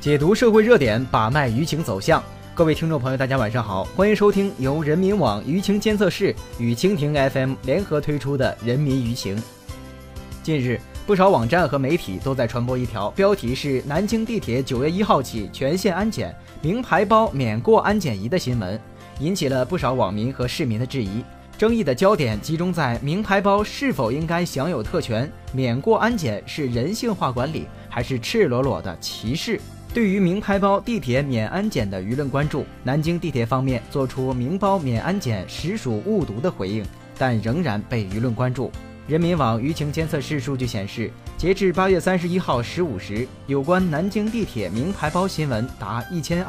解读社会热点，把脉舆情走向。各位听众朋友，大家晚上好，欢迎收听由人民网舆情监测室与蜻蜓 FM 联合推出的人民舆情。近日，不少网站和媒体都在传播一条标题是南京地铁9月1号起全线安检，名牌包免过安检仪的新闻，引起了不少网民和市民的质疑。争议的焦点集中在名牌包是否应该享有特权，免过安检是人性化管理，还是赤裸裸的歧视？对于名牌包地铁免安检的舆论关注，南京地铁方面做出名包免安检实属误读的回应，但仍然被舆论关注。人民网舆情监测室数据显示，截至8月31号15时，有关南京地铁名牌包新闻达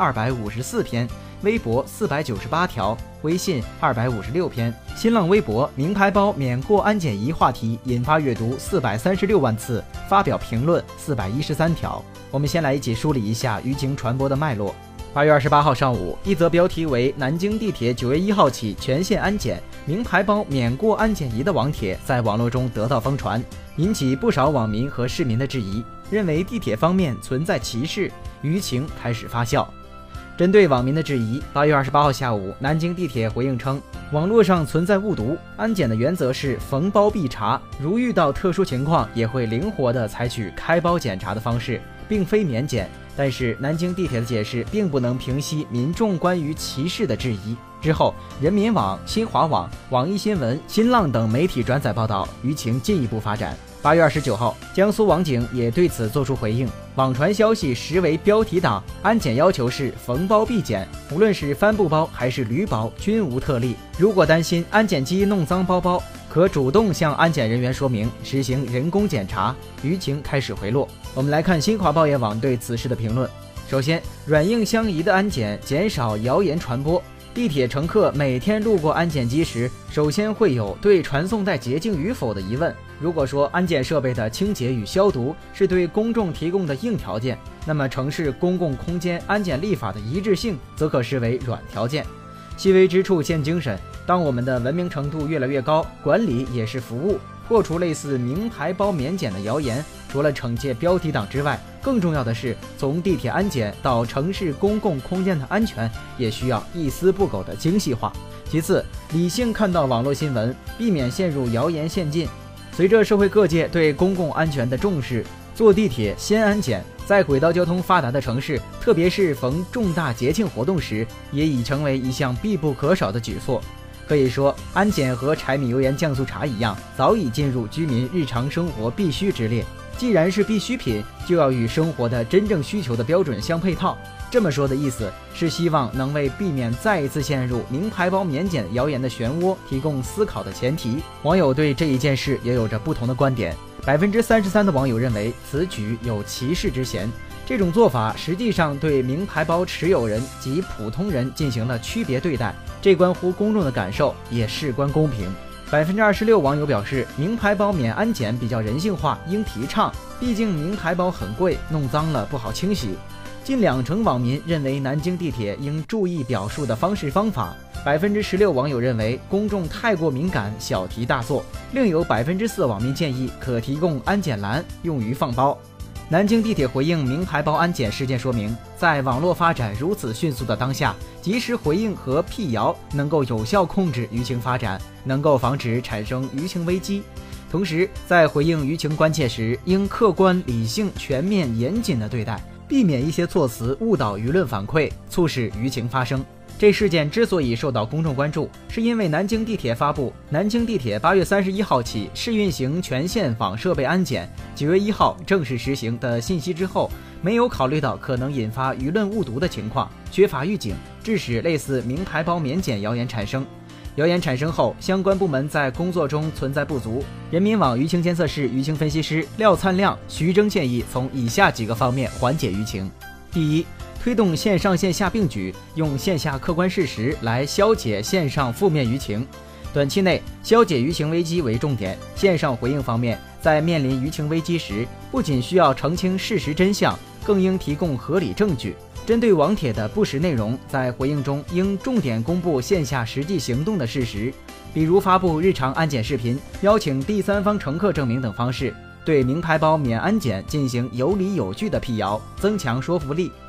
1254篇，微博498条，微信256篇，新浪微博名牌包免过安检仪话题引发阅读436万次，发表评论413条。我们先来一起梳理一下舆情传播的脉络。8月28号上午，一则标题为南京地铁9月1号起全线安检，名牌包免过安检仪的网帖在网络中得到疯传，引起不少网民和市民的质疑，认为地铁方面存在歧视，舆情开始发酵。针对网民的质疑，8月28号下午，南京地铁回应称，网络上存在误读，安检的原则是逢包必查，如遇到特殊情况也会灵活地采取开包检查的方式，并非免检。但是南京地铁的解释并不能平息民众关于歧视的质疑。之后，人民网、新华网、网易新闻、新浪等媒体转载报道，舆情进一步发展。8月29号，江苏网警也对此作出回应，网传消息实为标题党，安检要求是逢包必检，无论是帆布包还是铝包均无特例。如果担心安检机弄脏包包，可主动向安检人员说明，实行人工检查。舆情开始回落。我们来看新华报业网对此事的评论。首先，软硬相宜的安检减少谣言传播。地铁乘客每天路过安检机时，首先会有对传送带洁净与否的疑问。如果说安检设备的清洁与消毒是对公众提供的硬条件，那么城市公共空间安检立法的一致性则可视为软条件。细微之处见精神，当我们的文明程度越来越高，管理也是服务。破除类似名牌包免检的谣言，除了惩戒标题党之外，更重要的是从地铁安检到城市公共空间的安全，也需要一丝不苟的精细化。其次，理性看到网络新闻，避免陷入谣言陷阱。随着社会各界对公共安全的重视，坐地铁先安检，在轨道交通发达的城市，特别是逢重大节庆活动时，也已成为一项必不可少的举措。可以说，安检和柴米油盐酱醋茶一样，早已进入居民日常生活必须之列。既然是必需品，就要与生活的真正需求的标准相配套。这么说的意思是希望能为避免再一次陷入名牌包免检谣言的漩涡提供思考的前提。网友对这一件事也有着不同的观点。33%的网友认为此举有歧视之嫌，这种做法实际上对名牌包持有人及普通人进行了区别对待，这关乎公众的感受，也事关公平。26%网友表示，名牌包免安检比较人性化，应提倡，毕竟名牌包很贵，弄脏了不好清洗。近20%网民认为南京地铁应注意表述的方式方法。16%网友认为公众太过敏感，小题大做。另有4%网民建议可提供安检栏用于放包。南京地铁回应名牌包安检事件说明，在网络发展如此迅速的当下，及时回应和辟谣能够有效控制舆情发展，能够防止产生舆情危机。同时，在回应舆情关切时，应客观、理性、全面、严谨的对待，避免一些措辞误导舆论反馈，促使舆情发生。这事件之所以受到公众关注，是因为南京地铁发布南京地铁8月31号起试运行全线网设备安检，9月1号正式实行的信息之后，没有考虑到可能引发舆论误读的情况，缺乏预警，致使类似名牌包免检谣言产生。谣言产生后，相关部门在工作中存在不足。人民网舆情监测室舆情分析师廖灿亮、徐峥建议从以下几个方面缓解舆情。第一，推动线上线下并举，用线下客观事实来消解线上负面舆情。短期内，消解舆情危机为重点。线上回应方面，在面临舆情危机时，不仅需要澄清事实真相，更应提供合理证据。针对网帖的不实内容，在回应中应重点公布线下实际行动的事实，比如发布日常安检视频、邀请第三方乘客证明等方式，对名牌包免安检进行有理有据的辟谣，增强说服力。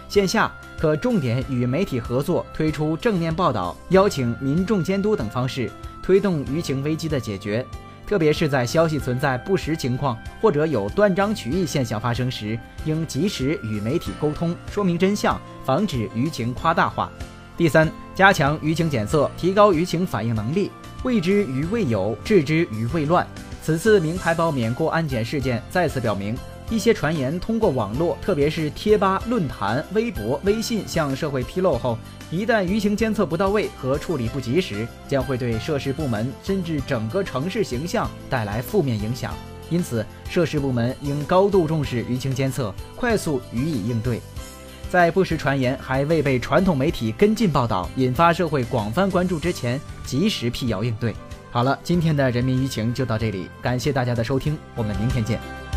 线下可重点与媒体合作，推出正面报道、邀请民众监督等方式，推动舆情危机的解决。特别是在消息存在不实情况或者有断章取义现象发生时，应及时与媒体沟通，说明真相，防止舆情夸大化。第三，加强舆情检测，提高舆情反应能力，未知于未有，治之于未乱。此次名牌包免过安检事件再次表明，一些传言通过网络，特别是贴吧、论坛、微博、微信向社会披露后，一旦舆情监测不到位和处理不及时，将会对涉事部门甚至整个城市形象带来负面影响。因此，涉事部门应高度重视舆情监测，快速予以应对。在不实传言还未被传统媒体跟进报道，引发社会广泛关注之前，及时辟谣应对。好了，今天的人民舆情就到这里，感谢大家的收听，我们明天见。